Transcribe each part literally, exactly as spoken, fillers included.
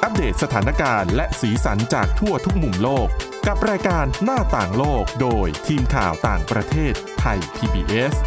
อัปเดตสถานการณ์และสีสันจากทั่วทุกมุมโลกกับรายการหน้าต่างโลกโดยทีมข่าวต่างประเทศไทย พี บี เอส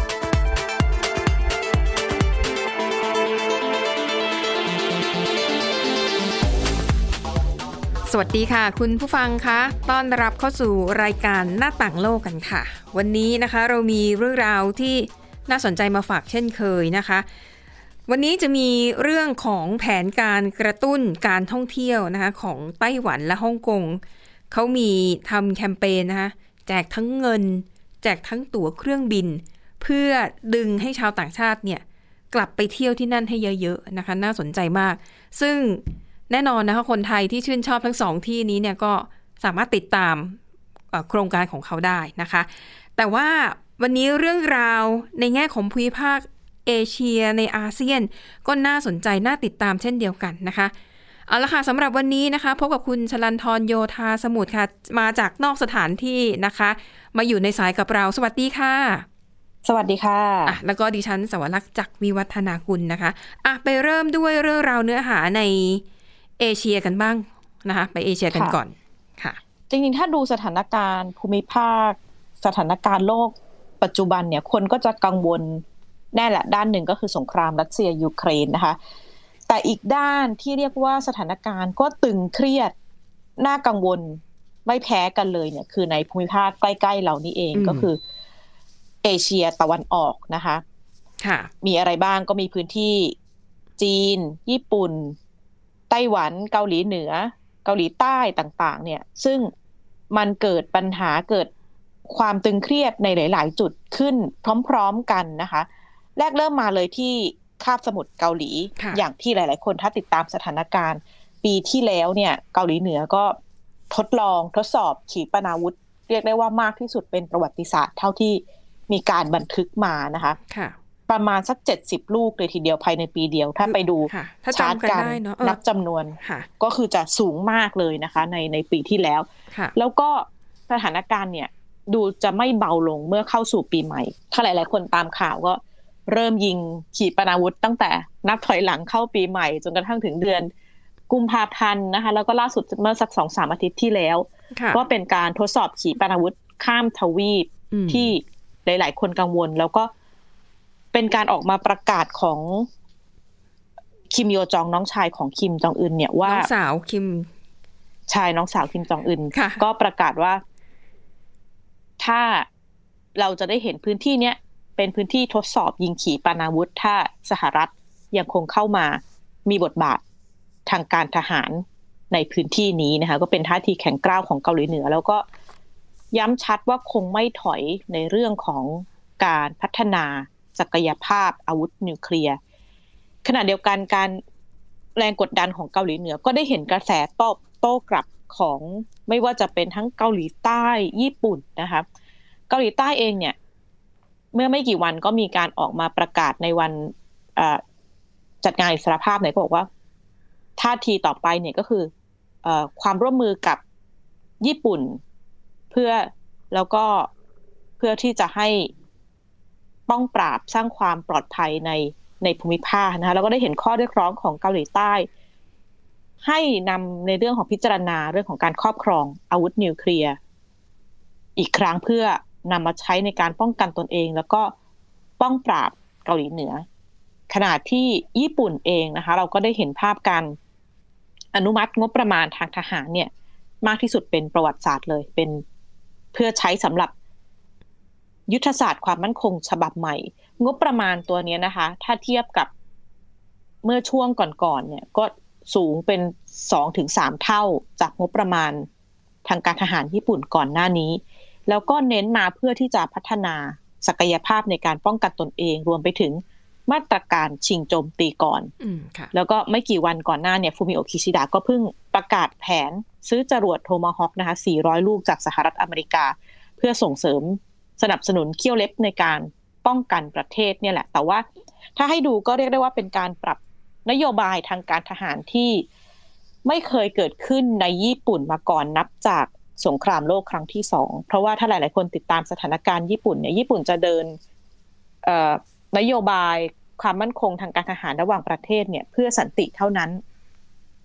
สวัสดีค่ะคุณผู้ฟังคะต้อนรับเข้าสู่รายการหน้าต่างโลกกันค่ะวันนี้นะคะเรามีเรื่องราวที่น่าสนใจมาฝากเช่นเคยนะคะวันนี้จะมีเรื่องของแผนการกระตุ้นการท่องเที่ยวนะคะของไต้หวันและฮ่องกงเขามีทำแคมเปญนะคะแจกทั้งเงินแจกทั้งตั๋วเครื่องบินเพื่อดึงให้ชาวต่างชาติเนี่ยกลับไปเที่ยวที่นั่นให้เยอะๆนะคะน่าสนใจมากซึ่งแน่นอนนะคะคนไทยที่ชื่นชอบทั้งสองที่นี้เนี่ยก็สามารถติดตามโครงการของเขาได้นะคะแต่ว่าวันนี้เรื่องราวในแง่ของภูมิภาคเอเชียในอาเซียนก็น่าสนใจน่าติดตามเช่นเดียวกันนะคะเอาละค่ะสำหรับวันนี้นะคะพบกับคุณชลันทรโยธาสมุทรค่ะมาจากนอกสถานที่นะคะมาอยู่ในสายกับเราสวัสดีค่ะสวัสดีค่ะอ่ะแล้วก็ดิฉันสวรักษ์จักรวิวัฒนากุลนะคะอ่ะไปเริ่มด้วยเรื่องราวเนื้อหาในเอเชียกันบ้างนะคะไปเอเชียกันก่อนค่ะจริงๆถ้าดูสถานการณ์ภูมิภาคสถานการณ์โลกปัจจุบันเนี่ยคนก็จะกังวลแน่แหละด้านหนึ่งก็คือสงครามรัสเซียยูเครนนะคะแต่อีกด้านที่เรียกว่าสถานการณ์ก็ตึงเครียดน่ากังวลไม่แพ้กันเลยเนี่ยคือในภูมิภาคใกล้ๆเรานี่เองก็คือเอเชียตะวันออกนะคะค่ะมีอะไรบ้างก็มีพื้นที่จีนญี่ปุ่นไต้หวันเกาหลีเหนือเกาหลีใต้ต่างๆเนี่ยซึ่งมันเกิดปัญหาเกิดความตึงเครียดในหลายๆจุดขึ้นพร้อมๆกันนะคะแรกเริ่มมาเลยที่คาบสมุทรเกาหลีอย่างที่หลายๆคนถ้าติดตามสถานการณ์ปีที่แล้วเนี่ยเกาหลีเหนือก็ทดลองทดสอบขีปนาวุธเรียกได้ว่ามากที่สุดเป็นประวัติศาสตร์เท่าที่มีการบันทึกมานะคะประมาณสักเจ็ดสิบลูกเลยทีเดียวภายในปีเดียวถ้าไปดูชาร์ตการนับจำนวนก็คือจะสูงมากเลยนะคะในในปีที่แล้วแล้วก็สถานการณ์เนี่ยดูจะไม่เบาลงเมื่อเข้าสู่ปีใหม่ถ้าหลายๆคนตามข่าวก็เริ่มยิงขีปนาวุธตั้งแต่นับถอยหลังเข้าปีใหม่จนกระทั่งถึงเดือนกุมภาพันธ์นะคะแล้วก็ล่าสุดเมื่อสัก สองถึงสาม อาทิตย์ที่แล้วก็เป็นการทดสอบขีปนาวุธข้ามทวีปที่หลายๆคนกังวลแล้วก็เป็นการออกมาประกาศของคิมโยจองน้องชายของคิมจองอึนเนี่ยว่าน้องสาวคิมชายน้องสาวคิมจองอึนก็ประกาศว่าถ้าเราจะได้เห็นพื้นที่เนี้ยเป็นพื้นที่ทดสอบยิงขีปนาวุธถ้าสหรัฐยังคงเข้ามามีบทบาททางการทหารในพื้นที่นี้นะคะก็เป็นท่าทีแข็งกร้าวของเกาหลีเหนือแล้วก็ย้ำชัดว่าคงไม่ถอยในเรื่องของการพัฒนาศักยภาพอาวุธนิวเคลียร์ขณะเดียวกันการแรงกดดันของเกาหลีเหนือก็ได้เห็นกระแสตอบโต้กลับของไม่ว่าจะเป็นทั้งเกาหลีใต้ญี่ปุ่นนะคะเกาหลีใต้เองเนี่ยเมื่อไม่กี่วันก็มีการออกมาประกาศในวันจัดงานอิสรภาพเนี่ยก็บอกว่าท่าทีต่อไปเนี่ยก็คือความร่วมมือกับญี่ปุ่นเพื่อแล้วก็เพื่อที่จะให้ป้องปราบสร้างความปลอดภัยในในภูมิภาคนะคะแล้วก็ได้เห็นข้อเรียกร้องของเกาหลีใต้ให้นำในเรื่องของพิจารณาเรื่องของการครอบครองอาวุธนิวเคลียร์อีกครั้งเพื่อนำมาใช้ในการป้องกันตนเองแล้วก็ป้องปราบเกาหลีเหนือขณะที่ญี่ปุ่นเองนะคะเราก็ได้เห็นภาพการอนุมัติงบประมาณทางทหารเนี่ยมากที่สุดเป็นประวัติศาสตร์เลยเป็นเพื่อใช้สำหรับยุทธศาสตร์ความมั่นคงฉบับใหม่งบประมาณตัวนี้นะคะถ้าเทียบกับเมื่อช่วงก่อนๆเนี่ยก็สูงเป็น สองถึงสาม เท่าจากงบประมาณทางการทหารญี่ปุ่นก่อนหน้านี้แล้วก็เน้นมาเพื่อที่จะพัฒนาศักยภาพในการป้องกันตนเองรวมไปถึงมาตรการชิงโจมตีก่อนแล้วก็ไม่กี่วันก่อนหน้าเนี่ยฟูมิโอะ คิชิดะก็เพิ่งประกาศแผนซื้อจรวดโทมาฮอคนะคะสี่ร้อยลูกจากสหรัฐอเมริกาเพื่อส่งเสริมสนับสนุนเขี้ยวเล็บในการป้องกันประเทศเนี่ยแหละแต่ว่าถ้าให้ดูก็เรียกได้ว่าเป็นการปรับนโยบายทางการทหารที่ไม่เคยเกิดขึ้นในญี่ปุ่นมาก่อนนับจากสงครามโลกครั้งที่สองเพราะว่าถ้าหลายๆคนติดตามสถานการณ์ญี่ปุ่นเนี่ยญี่ปุ่นจะเดินเอ่อนโยบายความมั่นคงทางการทหารระหว่างประเทศเนี่ยเพื่อสันติเท่านั้น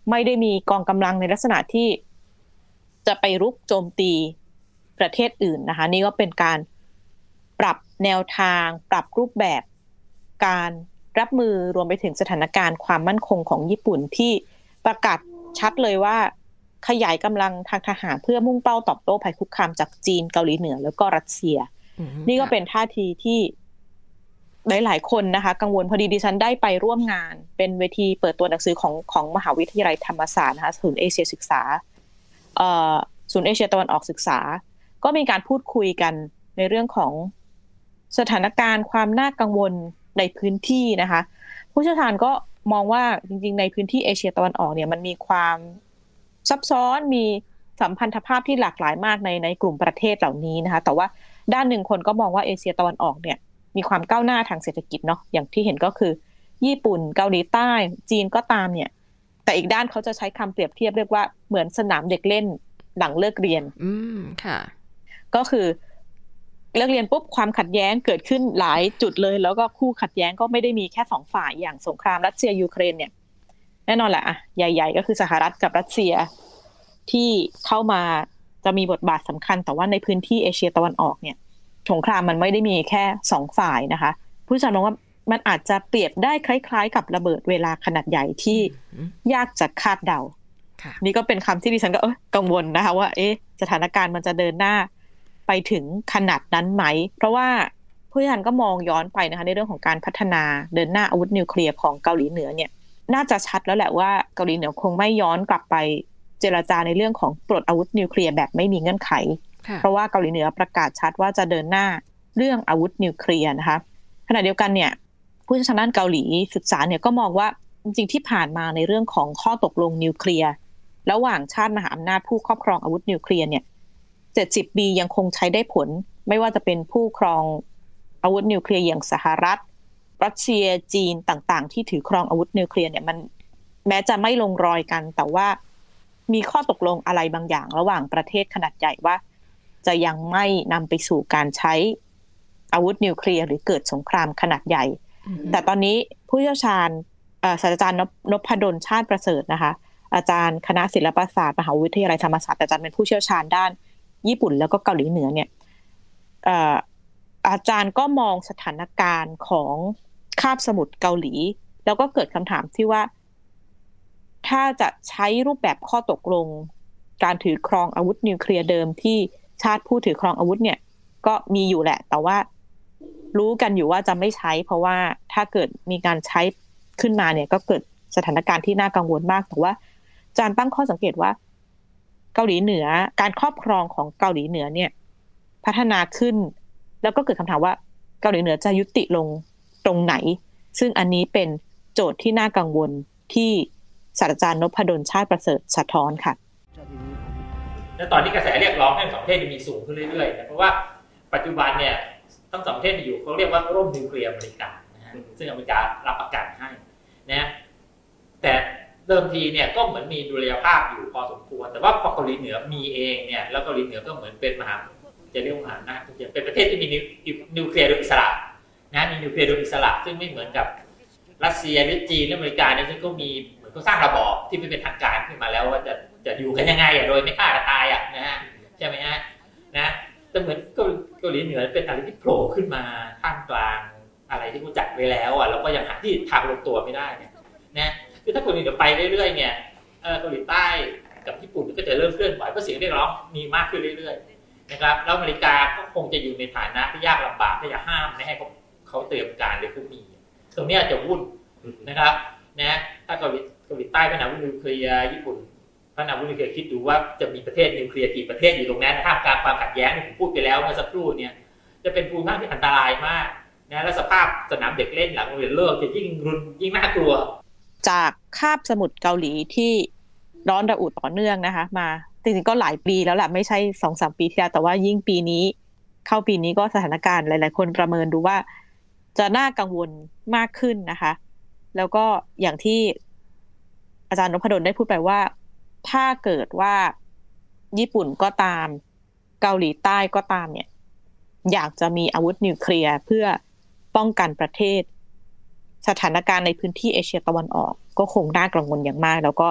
ไม่ได้มีกองกำลังในลักษณะที่จะไปรุกโจมตีประเทศอื่นนะคะนี่ก็เป็นการปรับแนวทางปรับรูปแบบการรับมือรวมไปถึงสถานการณ์ความมั่นคงของญี่ปุ่นที่ประกาศชัดเลยว่าขยายกำลังทางทหารเพื่อมุ่งเป้าตอบโต้ภัยคุกคามจากจีนเกาหลีเหนือแล้วก็รัสเซีย mm-hmm. นี่ก็เป็นท่าทีที่หลายๆคนนะคะกังวลพอดีดิฉันได้ไปร่วมงานเป็นเวทีเปิดตัวหนังสือของของมหาวิทยาลัยธรรมศาสตร์นะคะศูนย์เอเชียศึกษาเอ่อศูนย์เอเชียตะวันออกศึกษาก็มีการพูดคุยกันในเรื่องของสถานการณ์ความน่ากังวลในพื้นที่นะคะผู้เชี่ยวชาญก็มองว่าจริงๆในพื้นที่เอเชียตะวันออกเนี่ยมันมีความซับซ้อนมีสัมพันธภาพที่หลากหลายมากในในกลุ่มประเทศเหล่านี้นะคะแต่ว่าด้านหนึ่งคนก็มองว่าเอเชียตะวันออกเนี่ยมีความก้าวหน้าทางเศรษฐกิจเนาะอย่างที่เห็นก็คือญี่ปุ่นเกาหลีใต้จีนก็ตามเนี่ยแต่อีกด้านเขาจะใช้คำเปรียบเทียบเรียกว่าเหมือนสนามเด็กเล่นหลังเลิกเรียนอืมค่ะก็คือเลิกเรียนปุ๊บความขัดแย้งเกิดขึ้นหลายจุดเลยแล้วก็คู่ขัดแย้งก็ไม่ได้มีแค่สองฝ่ายอย่างสงครามรัสเซียยูเครนเนี่ยแน่นอนแหละอะใหญ่ๆก็คือสหรัฐกับรัสเซียที่เข้ามาจะมีบทบาทสำคัญแต่ว่าในพื้นที่เอเชียตะวันออกเนี่ยสงครามมันไม่ได้มีแค่สองฝ่ายนะคะผู้เชี่ยวชาญมองว่ามันอาจจะเปรียบได้คล้ายๆกับระเบิดเวลาขนาดใหญ่ที่ยากจะคาดเดานี่ก็เป็นคำที่ดิฉันก็เออกังวลนะคะว่าเอ๊ะสถานการณ์มันจะเดินหน้าไปถึงขนาดนั้นไหมเพราะว่าผู้เชี่ยวชาญก็มองย้อนไปนะคะในเรื่องของการพัฒนาเดินหน้าอาวุธนิวเคลียร์ของเกาหลีเหนือเนี่ยน่าจะชัดแล้วแหละว่าเกาหลีเหนือคงไม่ย้อนกลับไปเจรจาในเรื่องของปลดอาวุธนิวเคลียร์แบบไม่มีเงื่อนไขเพราะว่าเกาหลีเหนือประกาศชัดว่าจะเดินหน้าเรื่องอาวุธนิวเคลียร์นะคะขณะเดียวกันเนี่ยผู้เชี่ยวชาญด้านเกาหลีศึกษาเนี่ยก็มองว่าจริงๆที่ผ่านมาในเรื่องของข้อตกลงนิวเคลียร์ระหว่างชาติมหาอำนาจผู้ครอบครองอาวุธนิวเคลียร์เนี่ยเจ็ดสิบปียังคงใช้ได้ผลไม่ว่าจะเป็นผู้ครองอาวุธนิวเคลียร์อย่างสหรัฐรัสเซียจีนต่างๆที่ถือครองอาวุธนิวเคลียร์เนี่ยมันแม้จะไม่ลงรอยกันแต่ว่ามีข้อตกลงอะไรบางอย่างระหว่างประเทศขนาดใหญ่ว่าจะยังไม่นำไปสู่การใช้อาวุธนิวเคลียร์หรือเกิดสงครามขนาดใหญ่ mm-hmm. แต่ตอนนี้ผู้เชี่ยวชาญศาสตราจารย์นพดลชาติประเสริฐนะคะอาจารย์คณะศิลปศาสตร์มหาวิทยาลัยธรรมศาสตร์อาจารย์เป็นผู้เชี่ยวชาญด้านญี่ปุ่นแล้วก็เกาหลีเหนือเนี่ยอาจารย์ก็มองสถานการณ์ของคาบสมุทรเกาหลีแล้วก็เกิดคำถามที่ว่าถ้าจะใช้รูปแบบข้อตกลงการถือครองอาวุธนิวเคลียร์เดิมที่ชาติผู้ถือครองอาวุธเนี่ยก็มีอยู่แหละแต่ว่ารู้กันอยู่ว่าจะไม่ใช้เพราะว่าถ้าเกิดมีการใช้ขึ้นมาเนี่ยก็เกิดสถานการณ์ที่น่ากังวลมากแต่ว่าอาจารย์ตั้งข้อสังเกตว่าเกาหลีเหนือการครอบครองของเกาหลีเหนือเนี่ยพัฒนาขึ้นแล้วก็เกิดคำถามว่าเกาหลีเหนือจะยุติลงตรงไหนซึ่งอันนี้เป็นโจทย์ที่น่ากังวลที่ศาสตราจารย์นพดลชาติประเสริฐสะท้อนค่ะและตอนนี้กระแสเรียกร้องให้สองประเทศมีสูงขึ้นเรื่อยๆนะเพราะว่าปัจจุบันเนี่ยทั้งสองประเทศอยู่เขาเรียกว่าร่มนิวเคลียร์อเมริกันนะฮะซึ่งอเมริการับประกันให้นะแต่เดิมทีเนี่ยก็เหมือนมีดุลยภาพอยู่พอสมควรแต่ว่าพอเกาหลีเหนือมีเองเนี่ยแล้วเกาหลีเหนือก็เหมือนเป็นมหาจะเรียกมหาอำนาจเป็นประเทศที่มีนิวเคลียร์โดยอิสระนะมีนิวเคลียร์โดยอิสระซึ่งไม่เหมือนกับรัสเซียหรือจีนหรืออเมริกาเนี่ยซึ่งก็มีเหมือนเขาสร้างระบอบที่ไม่เป็นทางการขึ้นมาแล้วว่าจะจะอยู่กันยังไงอ่ะโดยไม่ฆ่ากันตายอ่ะนะฮะใช่ไหมฮะนะแต่เหมือนเกาหลีเหนือเป็นอะไรที่โผล่ขึ้นมาท่ามกลางอะไรที่เขาจัดไว้แล้วอ่ะแล้วก็ยังหาที่ทางลงตัวไม่ได้เนี่ยนะคือถ้าเกาหลีเหนือไปเรื่อยๆเนี่ยเกาหลีใต้กับญี่ปุ่นก็จะเริ่มเคลื่อนไหวเพราะเสียงเรียกร้องมีมากขึ้นเรื่อยๆนะครับแล้วอเมริกาก็คงจะอยู่ในฐานะที่ยากลำบากที่จะห้ามไม่ให้เขาเขาเตรียมการหรือเขามีตรงนี้อาจจะวุ่นนะครับนะถ้าเกาหลีเกาหลีใต้พัฒนาอาวุธนิวเคลียร์ญี่ปุ่นพัฒนาอาวุธนิวเคลียร์คิดดูว่าจะมีประเทศนิวเคลียร์กี่ประเทศอยู่ตรงนั้นท่ามกลางความขัดแย้งที่ผมพูดไปแล้วเมื่อสักครู่เนี่ยจะเป็นภูมิภาคที่อันตรายมากนะและสภาพสนามเด็กเล่นหลังโรงเรียนเลิกจะยิ่งรุนยิ่งน่ากลัวจากคาบสมุทรเกาหลีที่ร้อนระอุต่อเนื่องนะคะมาจริงๆก็หลายปีแล้วแหละไม่ใช่ สองถึงสาม ปีที่แล้วแต่ว่ายิ่งปีนี้เข้าปีนี้ก็สถานการณ์หลายๆคนประเมินดูว่าจะน่ากังวลมากขึ้นนะคะแล้วก็อย่างที่อาจารย์นพดลได้พูดไปว่าถ้าเกิดว่าญี่ปุ่นก็ตามเกาหลีใต้ก็ตามเนี่ยอยากจะมีอาวุธนิวเคลียร์เพื่อป้องกันประเทศสถานการณ์ในพื้นที่เอเชียตะวันออกก็คงน่ากังวลอย่างมากแล้วก็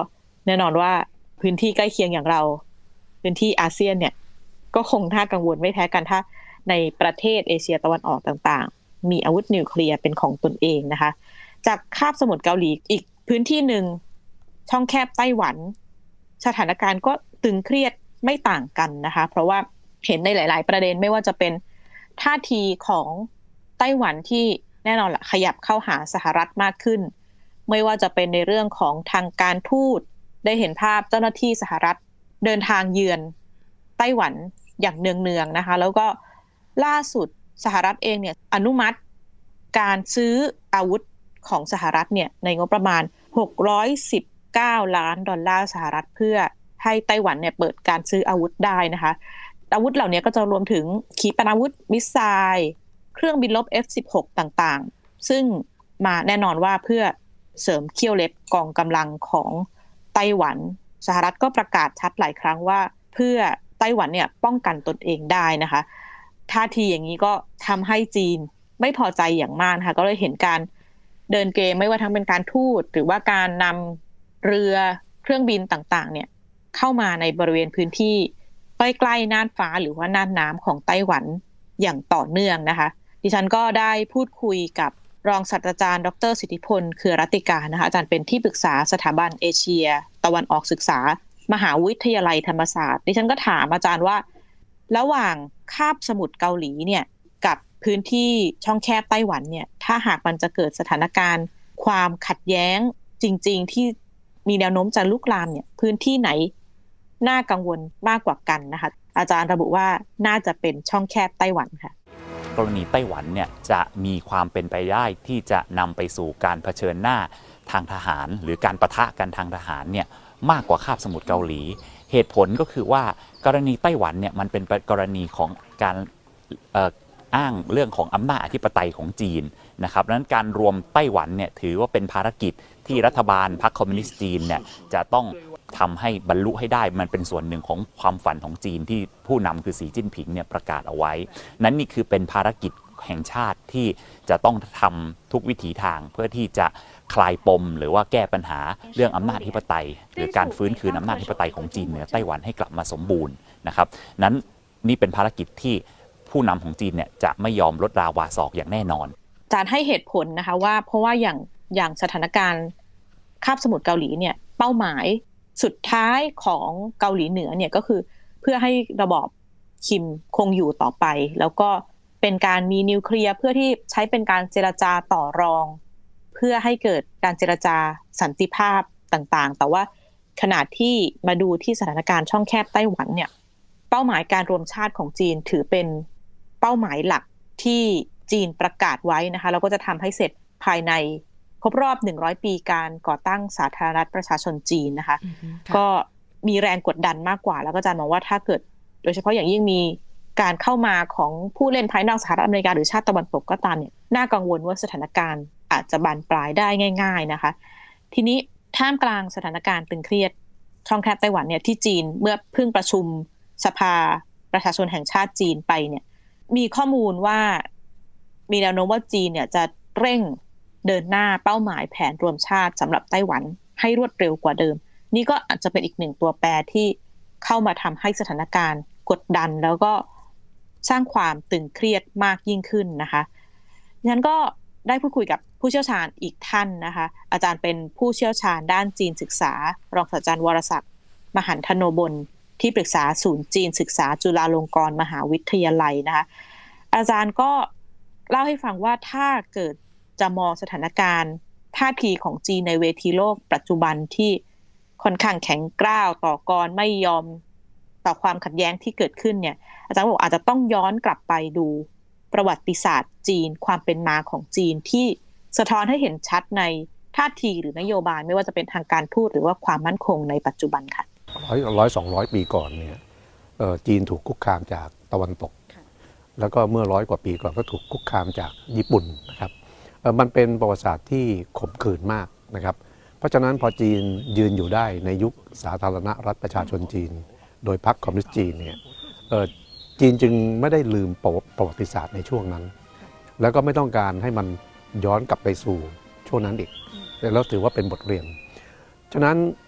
แน่นอนว่าพื้นที่ใกล้เคียงอย่างเราพื้นที่อาเซียนเนี่ยก็คงน่ากังวลไม่แพ้กันถ้าในประเทศเอเชียตะวันออกต่างๆมีอาวุธนิวเคลียร์เป็นของตนเองนะคะจากคาบสมุทรเกาหลีอีกพื้นที่หนึ่งช่องแคบไต้หวันสถานการณ์ก็ตึงเครียดไม่ต่างกันนะคะเพราะว่าเห็นในหลายๆประเด็นไม่ว่าจะเป็นท่าทีของไต้หวันที่แน่นอนละขยับเข้าหาสหรัฐมากขึ้นไม่ว่าจะเป็นในเรื่องของทางการทูตได้เห็นภาพเจ้าหน้าที่สหรัฐเดินทางเยือนไต้หวันอย่างเนืองๆนะคะแล้วก็ล่าสุดสหรัฐเองเนี่ยอนุมัติการซื้ออาวุธของสหรัฐเนี่ยในงบประมาณหกร้อยสิบเก้าล้านดอลลาร์สหรัฐเพื่อให้ไต้หวันเนี่ยเปิดการซื้ออาวุธได้นะคะอาวุธเหล่านี้ก็จะรวมถึงขีปนาวุธมิสไซล์เครื่องบินรบ เอฟ สิบหก ต่างๆซึ่งมาแน่นอนว่าเพื่อเสริมเขี้ยวเล็บกองกำลังของไต้หวันสหรัฐก็ประกาศชัดหลายครั้งว่าเพื่อไต้หวันเนี่ยป้องกันตนเองได้นะคะท่าทีอย่างนี้ก็ทำให้จีนไม่พอใจอย่างมากนะคะก็เลยเห็นการเดินเกมไม่ว่าทั้งเป็นการทูตหรือว่าการนำเรือเครื่องบินต่างๆเนี่ยเข้ามาในบริเวณพื้นที่ใกล้ๆน่านฟ้าหรือว่าน่านน้ำของไต้หวันอย่างต่อเนื่องนะคะดิฉันก็ได้พูดคุยกับรองศาสตราจารย์ดร.สิทธิพลเครือรัตติการนะคะอาจารย์เป็นที่ปรึกษาสถาบันเอเชียตะวันออกศึกษามหาวิทยาลัยธรรมศาสตร์ดิฉันก็ถามอาจารย์ว่าระหว่างคาบสมุทรเกาหลีเนี่ยกับพื้นที่ช่องแคบไต้หวันเนี่ยถ้าหากมันจะเกิดสถานการณ์ความขัดแย้งจริงๆที่มีแนวโน้มจะลุกลามเนี่ยพื้นที่ไหนน่ากังวลมากกว่ากันนะคะอาจารย์ระบุว่าน่าจะเป็นช่องแคบไต้หวันค่ะกรณีไต้หวันเนี่ยจะมีความเป็นไปได้ที่จะนำไปสู่การเผชิญหน้าทางทหารหรือการปะทะกันทางทหารเนี่ยมากกว่าคาบสมุทรเกาหลีเหตุผลก็คือว่ากรณีไต้หวันเนี่ยมันเป็นกรณีของการเอ่ออ้างเรื่องของอำนาจอธิปไตยของจีนนะครับดังนั้นการรวมไต้หวันเนี่ยถือว่าเป็นภารกิจที่รัฐบาลพรรคคอมมิวนิสต์จีนเนี่ยจะต้องทำให้บรรลุให้ได้มันเป็นส่วนหนึ่งของความฝันของจีนที่ผู้นำคือสีจิ้นผิงเนี่ยประกาศเอาไว้นั้นนี่คือเป็นภารกิจแห่งชาติที่จะต้องทำทุกวิถีทางเพื่อที่จะคลายปมหรือว่าแก้ปัญหาเรื่องอำนาจอธิปไตยหรือการฟื้นคืนอำนาจอธิปไตยของจีนเหนือไต้หวันให้กลับมาสมบูรณ์นะครับนั้นนี่เป็นภารกิจที่ผู้นำของจีนเนี่ยจะไม่ยอมลดราวาศอกอย่างแน่นอนอาจารย์ให้เหตุผลนะคะว่าเพราะว่าอย่างอย่างสถานการณ์คาบสมุทรเกาหลีเนี่ยเป้าหมายสุดท้ายของเกาหลีเหนือเนี่ยก็คือเพื่อให้ระบอบคิมคงอยู่ต่อไปแล้วก็เป็นการมีนิวเคลียร์เพื่อที่ใช้เป็นการเจรจาต่อรองเพื่อให้เกิดการเจรจาสันติภาพต่างๆแต่ว่าขณะที่มาดูที่สถานการณ์ช่องแคบไต้หวันเนี่ยเป้าหมายการรวมชาติของจีนถือเป็นเป้าหมายหลักที่จีนประกาศไว้นะคะแล้วก็จะทำให้เสร็จภายในครบรอบหนึ่งร้อยปีการก่อตั้งสาธารณรัฐประชาชนจีนนะคะ mm-hmm. ก็มีแรงกดดันมากกว่าแล้วก็อาจารย์มองว่าถ้าเกิดโดยเฉพาะอย่างยิ่งมีการเข้ามาของผู้เล่นภายนอกสหรัฐอเมริกาหรือชาติตะวันตกก็ตามเนี่ยน่ากังวลว่าสถานการณ์อาจจะบานปลายได้ง่ายๆนะคะทีนี้ท่ามกลางสถานการณ์ตึงเครียดช่องแคบไต้หวันเนี่ยที่จีนเมื่อเพิ่งประชุมสภาประชาชนแห่งชาติจีนไปเนี่ยมีข้อมูลว่ามีแนวโน้มว่าจีนเนี่ยจะเร่งเดินหน้าเป้าหมายแผนรวมชาติสำหรับไต้หวันให้รวดเร็วกว่าเดิมนี่ก็อาจจะเป็นอีกหนึ่งตัวแปรที่เข้ามาทำให้สถานการณ์กดดันแล้วก็สร้างความตึงเครียดมากยิ่งขึ้นนะคะฉะนั้นก็ได้พูดคุยกับผู้เชี่ยวชาญอีกท่านนะคะอาจารย์เป็นผู้เชี่ยวชาญด้านจีนศึกษารองศาสตราจารย์วรศักดิ์มหันธโนบลที่ปรึกษาศูนย์จีนศึกษาจุฬาลงกรณ์มหาวิทยาลัยนะคะอาจารย์ก็เล่าให้ฟังว่าถ้าเกิดจะมองสถานการณ์ท่าทีของจีนในเวทีโลกปัจจุบันที่ค่อนข้างแข็งกร้าวต่อกรไม่ยอมต่อความขัดแย้งที่เกิดขึ้นเนี่ยอาจารย์บอกอาจจะต้องย้อนกลับไปดูประวัติศาสตร์จีนความเป็นมาของจีนที่สะท้อนให้เห็นชัดในท่าทีหรือนโยบายไม่ว่าจะเป็นทางการทูตหรือว่าความมั่นคงในปัจจุบันค่ะร้อยร้อยสองร้อยปีก่อนเนี่ยจีนถูกคุกคามจากตะวันตกแล้วก็เมื่อร้อยกว่าปีก่อนก็ถูกคุกคามจากญี่ปุ่นนะครับมันเป็นประวัติศาสตร์ที่ขมขื่นมากนะครับเพราะฉะนั้นพอจีนยืนอยู่ได้ในยุคสาธารณรัฐประชาชนจีนโดยพรรคคอมมิวนิสต์จีนเนี่ยจีนจึงไม่ได้ลืมประวัติศาสตร์ในช่วงนั้นแล้วก็ไม่ต้องการให้มันย้อนกลับไปสู่ช่วงนั้นอีกแล้วถือว่าเป็นบทเรียนฉะนั้น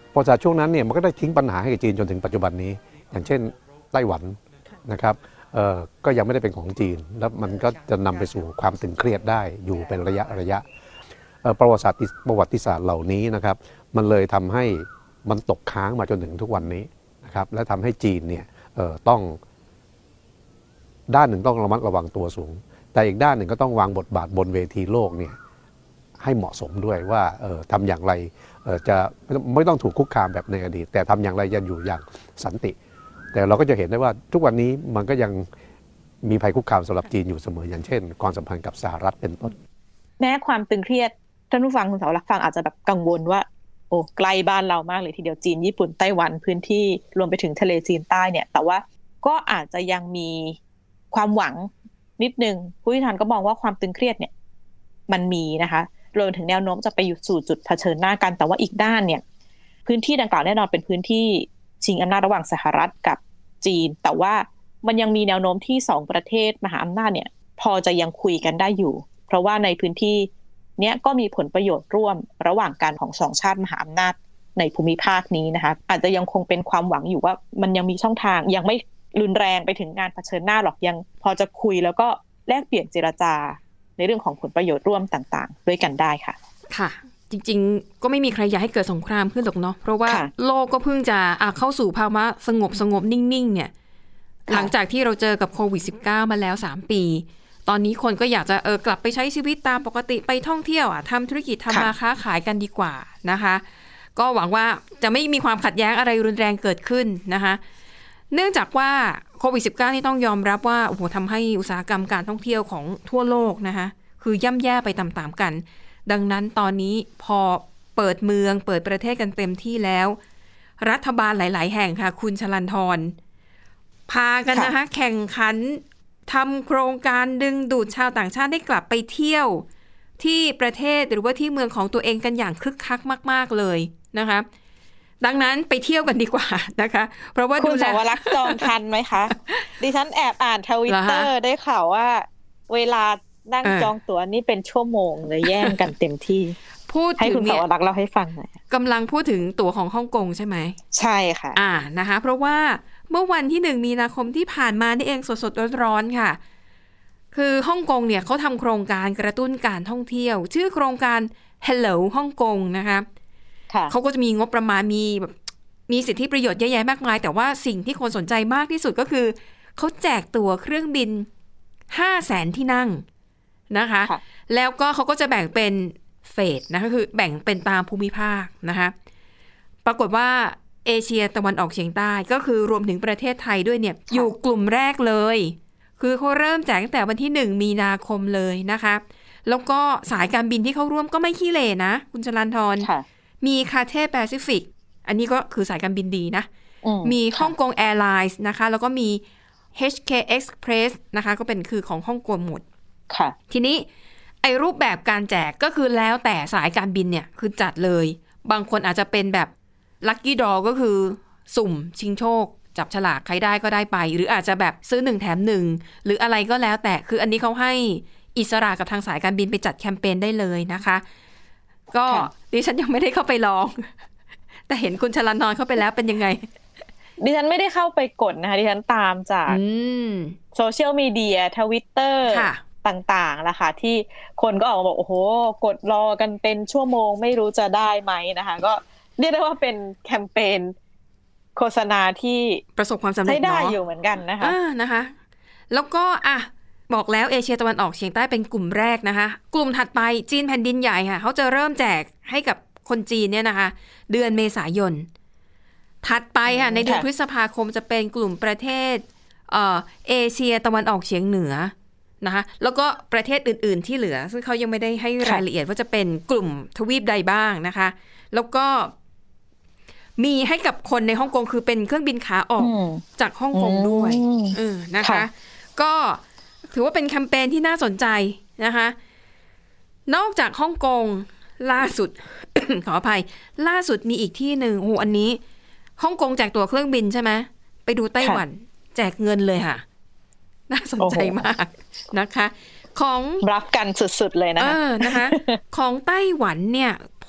ประวัติศาสตร์ช่วงนั้นเนี่ยมันก็ได้ทิ้งปัญหาให้กับจีนจนถึงปัจจุบันนี้อย่างเช่นไต้หวันนะครับเอ่อก็ยังไม่ได้เป็นของจีนแล้วมันก็จะนำไปสู่ความตึงเครียดได้อยู่เป็นระยะระยะประวัติศาสตร์ประวัติศาสตร์เหล่านี้นะครับมันเลยทำให้มันตกค้างมาจนถึงทุกวันนี้นะครับและทำให้จีนเนี่ยเอ่อต้องด้านหนึ่งต้องระมัดระวังตัวสูงแต่อีกด้านหนึ่งก็ต้องวางบทบาทบนเวทีโลกเนี่ยให้เหมาะสมด้วยว่าเอ่อทำอย่างไรเอ่อจะไม่ต้องถูกคุกคามแบบในอดีตแต่ทำอย่างไรจะอยู่อย่างสันติแต่เราก็จะเห็นได้ว่าทุกวันนี้มันก็ยังมีภัยคุกคามสำหรับจีนอยู่เสมออย่างเช่นความสัมพันธ์กับสหรัฐเป็นต้นแม้ความตึงเครียดท่านผู้ฟังคุณเสารักฟังอาจจะแบบกังวลว่าโอ้ไกลบ้านเรามากเลยทีเดียวจีนญี่ปุ่นไต้หวันพื้นที่รวมไปถึงทะเลจีนใต้เนี่ยแต่ว่าก็อาจจะยังมีความหวังนิดนึงผู้วิจารณ์ก็มองว่าความตึงเครียดเนี่ยมันมีนะคะรวมถึงแนวโน้มจะไปอยู่สู่จุดเผชิญหน้ากันแต่ว่าอีกด้านเนี่ยพื้นที่ดังกล่าวแน่นอนเป็นพื้นที่ชิงอำนาจระหว่างสหรัฐกับจีนแต่ว่ามันยังมีแนวโน้มที่สองประเทศมหาอำนาจเนี่ยพอจะยังคุยกันได้อยู่เพราะว่าในพื้นที่เนี้ยก็มีผลประโยชน์ร่วมระหว่างกันของสองชาติมหาอำนาจในภูมิภาคนี้นะคะอาจจะยังคงเป็นความหวังอยู่ว่ามันยังมีช่องทางยังไม่รุนแรงไปถึงงานเผชิญหน้าหรอกยังพอจะคุยแล้วก็แลกเปลี่ยนเจรจาในเรื่องของผลประโยชน์ร่วมต่างๆด้วยกันได้ค่ะค่ะจริงๆก็ไม่มีใครอยากให้เกิดสงครามขึ้นหรอกเนาะเพราะว่าโลกก็เพิ่งจะเข้าสู่ภาวะสงบสงบนิ่งๆเนี่ยหลังจากที่เราเจอกับโควิด สิบเก้า มาแล้วสามปีตอนนี้คนก็อยากจะเออกลับไปใช้ชีวิตตามปกติไปท่องเที่ยวอ่ะทำธุรกิจทำมาค้าขายกันดีกว่านะคะก็หวังว่าจะไม่มีความขัดแย้งอะไรรุนแรงเกิดขึ้นนะคะเนื่องจากว่าโควิด สิบเก้า นี่ต้องยอมรับว่าโอ้โหทำให้อุตสาหกรรมการท่องเที่ยวของทั่วโลกนะคะคือย่ำแย่ไปตามๆกันดังนั้นตอนนี้พอเปิดเมืองเปิดประเทศกันเต็มที่แล้วรัฐบาลหลายๆแห่งค่ะคุณชลันทรพากันนะคะแข่งขันทำโครงการดึงดูดชาวต่างชาติให้กลับไปเที่ยวที่ประเทศหรือว่าที่เมืองของตัวเองกันอย่างคึกคักมากๆเลยนะคะดังนั้นไปเที่ยวกันดีกว่านะคะเพราะว่าคุณสาวรักษ์จองทันไหมคะดิฉันแอบอ่านทวิตเตอร์ได้ข่าวว่าเวลานั่งจองตั๋วนี่เป็นชั่วโมงเลยแย่งกันเต็มที่พูดให้คุณสาวรักษ์เล่าให้ฟังหน่อยกำลังพูดถึงตั๋วของฮ่องกงใช่ไหมใช่ค่ะอ่านะคะเพราะว่าเมื่อวันที่หนึ่งมีนาคมที่ผ่านมานี่เองสดๆร้อนๆค่ะคือฮ่องกงเนี่ยเขาทำโครงการกระตุ้นการท่องเที่ยวชื่อโครงการ Hello ฮ่องกงนะคะเขาก็จะมีงบประมาณมีแบบมีสิทธิประโยชน์เยอะแยะมากมายแต่ว่าสิ่งที่คนสนใจมากที่สุดก็คือเขาแจกตั๋วเครื่องบิน ห้าแสน ที่นั่งนะคะแล้วก็เขาก็จะแบ่งเป็นเฟสนะคะคือแบ่งเป็นตามภูมิภาคนะคะปรากฏว่าเอเชียตะวันออกเฉียงใต้ก็คือรวมถึงประเทศไทยด้วยเนี่ยอยู่กลุ่มแรกเลยคือเขาเริ่มแจกตั้งแต่วันที่หนึ่งมีนาคมเลยนะคะแล้วก็สายการบินที่เข้าร่วมก็ไม่ขี้เหร่นะคุณชลันทรมีคาเท่แปซิฟิกอันนี้ก็คือสายการบินดีนะมีฮ่องกงแอร์ไลน์นะคะแล้วก็มี เอช เค Express นะคะก็เป็นคือของฮ่องกงหมดทีนี้ไอ้รูปแบบการแจกก็คือแล้วแต่สายการบินเนี่ยคือจัดเลยบางคนอาจจะเป็นแบบลัคกี้ดรอก็คือสุ่มชิงโชคจับฉลากใครได้ก็ได้ไปหรืออาจจะแบบซื้อหนึ่งแถมหนึ่งหรืออะไรก็แล้วแต่คืออันนี้เขาให้อิสระกับทางสายการบินไปจัดแคมเปญได้เลยนะคะก็ดิฉันยังไม่ได้เข้าไปลองแต่เห็นคุณชลันทรเข้าไปแล้วเป็นยังไงดิฉันไม่ได้เข้าไปกดนะคะดิฉันตามจากโซเชียลมีเดีย Twitter ต่างๆล่ะค่ะที่คนก็ออกมาบอกโอ้โหกดรอกันเป็นชั่วโมงไม่รู้จะได้ไหมนะคะก็เรียกได้ว่าเป็นแคมเปญโฆษณาที่ประสบความสำเร็จเนาะใช้ได้อยู่เหมือนกันนะคะอ่านะคะแล้วก็อ่ะบอกแล้วเอเชียตะวันออกเฉียงใต้เป็นกลุ่มแรกนะคะกลุ่มถัดไปจีนแผ่นดินใหญ่ค่ะเขาจะเริ่มแจกให้กับคนจีนเนี่ยนะคะเดือนเมษายนถัดไปค่ะในเดือนพฤษภาคมจะเป็นกลุ่มประเทศเอ่อเอเชียตะวันออกเฉียงเหนือนะคะแล้วก็ประเทศอื่นๆที่เหลือซึ่งเขายังไม่ได้ให้รายละเอียดว่าจะเป็นกลุ่มทวีปใดบ้างนะคะแล้วก็มีให้กับคนในฮ่องกงคือเป็นเครื่องบินขาออกจากฮ่องกงด้วยเออนะคะก็ถือว่าเป็นแคมเปญที่น่าสนใจนะคะนอกจากฮ่องกงล่าสุด ขออภัยล่าสุดมีอีกที่หนึ่งโอ้โหอันนี้ฮ่องกงแจกตั๋วเครื่องบินใช่ไหมไปดูไต้หวันแจกเงินเลยค่ะน่าสนใจมากนะคะของรับกันสุดๆเลยนะคะเออนะคะของไต้หวันเนี่ยผ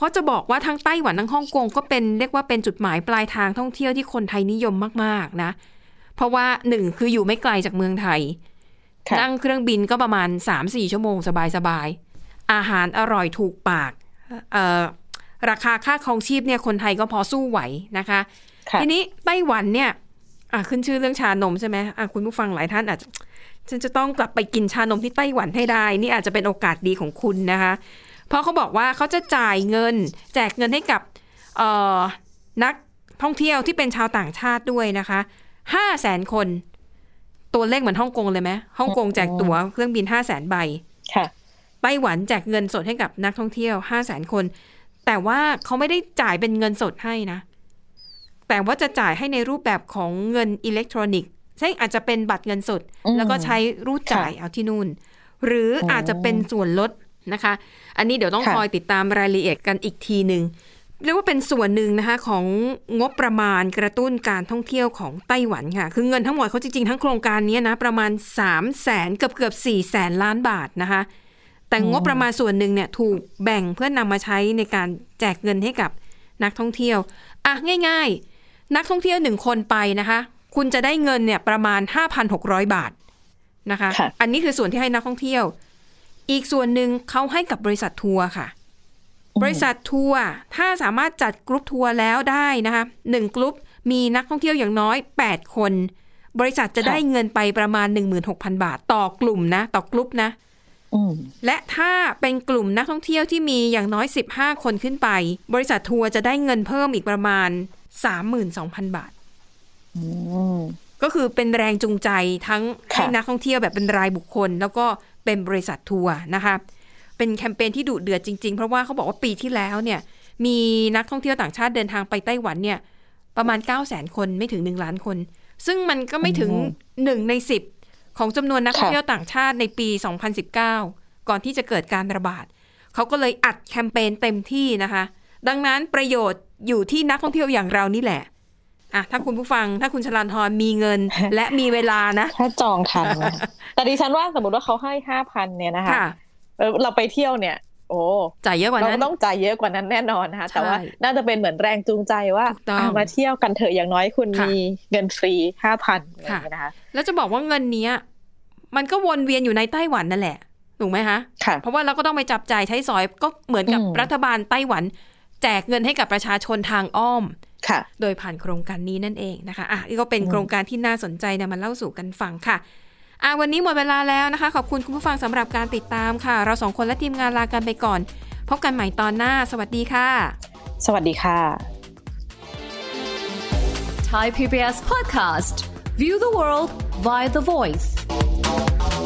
เพราะจะบอกว่าทั้งไต้หวันทั้งฮ่องกงก็เป็นเรียกว่าเป็นจุดหมายปลายทางท่องเที่ยวที่คนไทยนิยมมากๆนะเพราะว่าหนึ่งคืออยู่ไม่ไกลจากเมืองไทยนั่งเครื่องบินก็ประมาณ สามถึงสี่ ชั่วโมงสบายๆอาหารอร่อยถูกปากเอ่อราคาค่าครองชีพเนี่ยคนไทยก็พอสู้ไหวนะคะทีนี้ไต้หวันเนี่ยอ่ะขึ้นชื่อเรื่องชานมใช่ไหมอ่ะคุณผู้ฟังหลายท่านอาจจะฉันจะต้องกลับไปกินชานมที่ไต้หวันให้ได้นี่อาจจะเป็นโอกาสดีของคุณนะคะเพราะเขาบอกว่าเขาจะจ่ายเงินแจกเงินให้กับเอ่อนักท่องเที่ยวที่เป็นชาวต่างชาติด้วยนะคะห้าแสนคนตัวเลขเหมือนฮ่องกงเลยไหมฮ่องกงแจกตั๋วเครื่องบินห้าแสนใบค่ะไต้หวันแจกเงินสดให้กับนักท่องเที่ยวห้าแสนคนแต่ว่าเขาไม่ได้จ่ายเป็นเงินสดให้นะแต่ว่าจะจ่ายให้ในรูปแบบของเงินอิเล็กทรอนิกส์ซึ่งอาจจะเป็นบัตรเงินสดแล้วก็ใช้รูดจ่ายเอาที่นู่นหรืออาจจะเป็นส่วนลดนะคะอันนี้เดี๋ยวต้องคอยติดตามรายละเอียดกันอีกทีนึงเรียกว่าเป็นส่วนหนึ่งนะคะของงบประมาณกระตุ้นการท่องเที่ยวของไต้หวันค่ะคือเงินทั้งหมดเขาจริงๆทั้งโครงการนี้นะประมาณสามแสนเกือบเกือบสี่แสนล้านบาทนะคะแต่งบประมาณส่วนหนึ่งเนี่ยถูกแบ่งเพื่อนำมาใช้ในการแจกเงินให้กับนักท่องเที่ยวอ่ะง่ายๆนักท่องเที่ยวหนึ่งคนไปนะคะคุณจะได้เงินเนี่ยประมาณ ห้าพันหกร้อย บาทนะคะอันนี้คือส่วนที่ให้นักท่องเที่ยวอีกส่วนหนึ่งเขาให้กับบริษัททัวร์ค่ะบริษัททัวร์ถ้าสามารถจัดกรุ๊ปทัวร์แล้วได้นะคะหนึ่งกรุ๊ปมีนักท่องเที่ยวอย่างน้อยแปดคนบริษัทจะได้เงินไปประมาณ หนึ่งหมื่นหกพัน บาทต่อกลุ่มนะต่อกรุ๊ปนะและถ้าเป็นกลุ่มนักท่องเที่ยวที่มีอย่างน้อยสิบห้าคนขึ้นไปบริษัททัวร์จะได้เงินเพิ่มอีกประมาณ สามหมื่นสองพัน บาทก็คือเป็นแรงจูงใจทั้งให้นักท่องเที่ยวแบบเป็นรายบุคคลแล้วก็เป็นบริษัททัวร์นะคะเป็นแคมเปญที่ดุเดือดจริงๆเพราะว่าเขาบอกว่าปีที่แล้วเนี่ยมีนักท่องเที่ยวต่างชาติเดินทางไปไต้หวันเนี่ยประมาณ เก้าแสน คนไม่ถึงหนึ่งล้านคนซึ่งมันก็ไม่ถึงหนึ่งในสิบของจำนวนนักท่องเที่ยวต่างชาติในปีสองพันสิบเก้าก่อนที่จะเกิดการระบาดเขาก็เลยอัดแคมเปญเต็มที่นะคะดังนั้นประโยชน์อยู่ที่นักท่องเที่ยวอย่างเรานี่แหละอ่ะถ้าคุณผู้ฟังถ้าคุณชลันทรมีเงิน และมีเวลานะถ้าจองทัน แต่ดิฉันว่าสมมติว่าเขาให้ ห้าพัน เนี่ยนะคะเราไปเที่ยวเนี่ยโอ้จ่ายเยอะกว่านั้นเราต้องจ่ายเยอะกว่านั้นแน่นอนนะคะแต่ว่าน่าจะเป็นเหมือนแรงจูงใจว่ามาเที่ยวกันเถอะอย่างน้อยคุณมีเงินฟรี ห้าพัน นะคะแล้วจะบอกว่าเงินนี้มันก็วนเวียนอยู่ในไต้หวันนั่นแหละถูกไหมคะเพราะว่าเราก็ต้องไปจับจ่ายใช้สอยก็เหมือนกับรัฐบาลไต้หวันแจกเงินให้กับประชาชนทางอ้อมโดยผ่านโครงการนี้นั่นเองนะคะอ่ะนี่ก็เป็นโครงการที่น่าสนใจนำมาเล่าสู่กันฟังค่ะอ่ะวันนี้หมดเวลาแล้วนะคะขอบคุณคุณผู้ฟังสำหรับการติดตามค่ะเราสองคนและทีมงานลากันไปก่อนพบกันใหม่ตอนหน้าสวัสดีค่ะสวัสดีค่ะ Thai พี บี เอส Podcast View the world via the voice